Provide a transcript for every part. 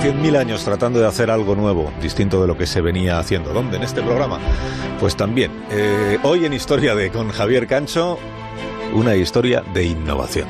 100.000 años tratando de hacer algo nuevo, distinto de lo que se venía haciendo. ¿Dónde? En este programa. Pues también. Hoy en Historia con Javier Cancho, una historia de innovación.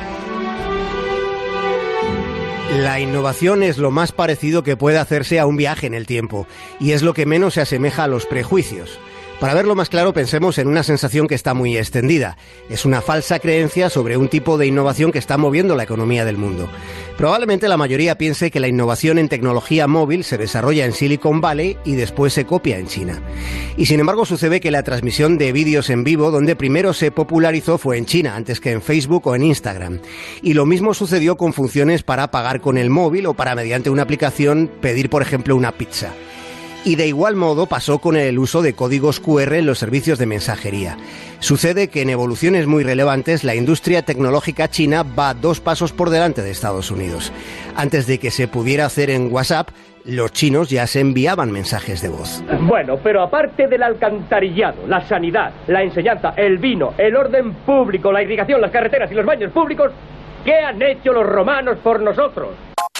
La innovación es lo más parecido que puede hacerse a un viaje en el tiempo, y es lo que menos se asemeja a los prejuicios. Para verlo más claro, pensemos en una sensación que está muy extendida. Es una falsa creencia sobre un tipo de innovación que está moviendo la economía del mundo. Probablemente la mayoría piense que la innovación en tecnología móvil se desarrolla en Silicon Valley y después se copia en China. Y sin embargo sucede que la transmisión de vídeos en vivo, donde primero se popularizó, fue en China, antes que en Facebook o en Instagram. Y lo mismo sucedió con funciones para pagar con el móvil o para, mediante una aplicación, pedir, por ejemplo, una pizza. Y de igual modo pasó con el uso de códigos QR en los servicios de mensajería. Sucede que en evoluciones muy relevantes la industria tecnológica china va 2 pasos por delante de Estados Unidos. Antes de que se pudiera hacer en WhatsApp, los chinos ya se enviaban mensajes de voz. Bueno, pero aparte del alcantarillado, la sanidad, la enseñanza, el vino, el orden público, la irrigación, las carreteras y los baños públicos, ¿qué han hecho los romanos por nosotros?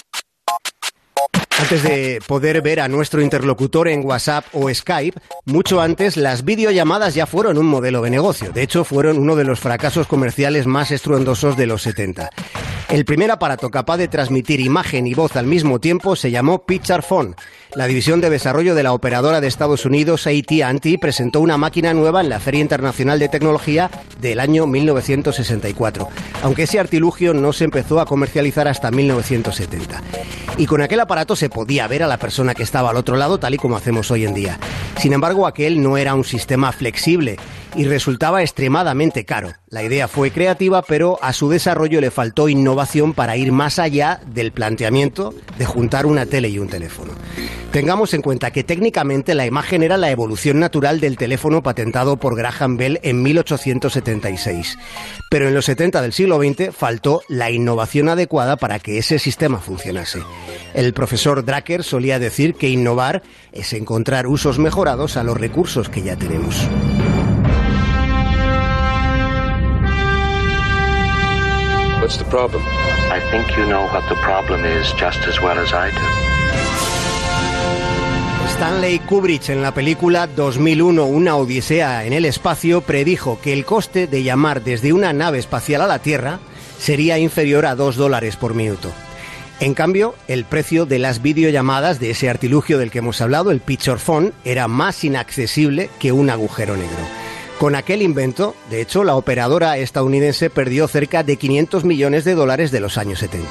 Antes de poder ver a nuestro interlocutor en WhatsApp o Skype, mucho antes las videollamadas ya fueron un modelo de negocio. De hecho, fueron uno de los fracasos comerciales más estruendosos de los 70. El primer aparato capaz de transmitir imagen y voz al mismo tiempo se llamó Picture Phone. La división de desarrollo de la operadora de Estados Unidos, AT&T, presentó una máquina nueva en la Feria Internacional de Tecnología del año 1964, aunque ese artilugio no se empezó a comercializar hasta 1970. Y con aquel aparato se podía ver a la persona que estaba al otro lado, tal y como hacemos hoy en día. Sin embargo, aquel no era un sistema flexible y resultaba extremadamente caro. La idea fue creativa, pero a su desarrollo le faltó innovación para ir más allá del planteamiento de juntar una tele y un teléfono. Tengamos en cuenta que técnicamente la imagen era la evolución natural del teléfono patentado por Graham Bell en 1876. Pero en los 70 del siglo XX faltó la innovación adecuada para que ese sistema funcionase. El profesor Drucker solía decir que innovar es encontrar usos mejorados a los recursos que ya tenemos. What's the problem? I think you know what the problem is just as well as I do. Stanley Kubrick, en la película 2001, Una odisea en el espacio, predijo que el coste de llamar desde una nave espacial a la Tierra sería inferior a $2 por minuto. En cambio, el precio de las videollamadas de ese artilugio del que hemos hablado, el Picture Phone, era más inaccesible que un agujero negro. Con aquel invento, de hecho, la operadora estadounidense perdió cerca de $500 millones de los años 70.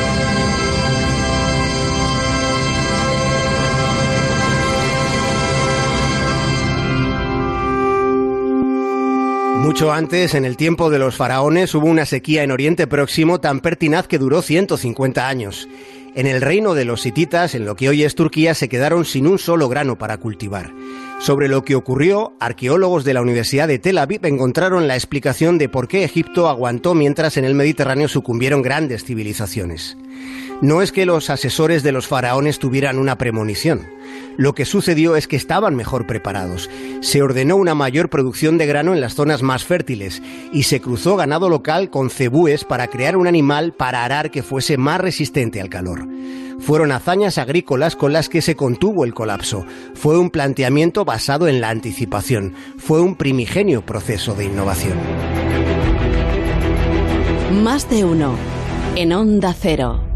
Mucho antes, en el tiempo de los faraones, hubo una sequía en Oriente Próximo tan pertinaz que duró 150 años. En el reino de los hititas, en lo que hoy es Turquía, se quedaron sin un solo grano para cultivar. Sobre lo que ocurrió, arqueólogos de la Universidad de Tel Aviv encontraron la explicación de por qué Egipto aguantó mientras en el Mediterráneo sucumbieron grandes civilizaciones. No es que los asesores de los faraones tuvieran una premonición. Lo que sucedió es que estaban mejor preparados. Se ordenó una mayor producción de grano en las zonas más fértiles y se cruzó ganado local con cebúes para crear un animal para arar que fuese más resistente al calor. Fueron hazañas agrícolas con las que se contuvo el colapso. Fue un planteamiento basado en la anticipación. Fue un primigenio proceso de innovación. Más de uno en Onda Cero.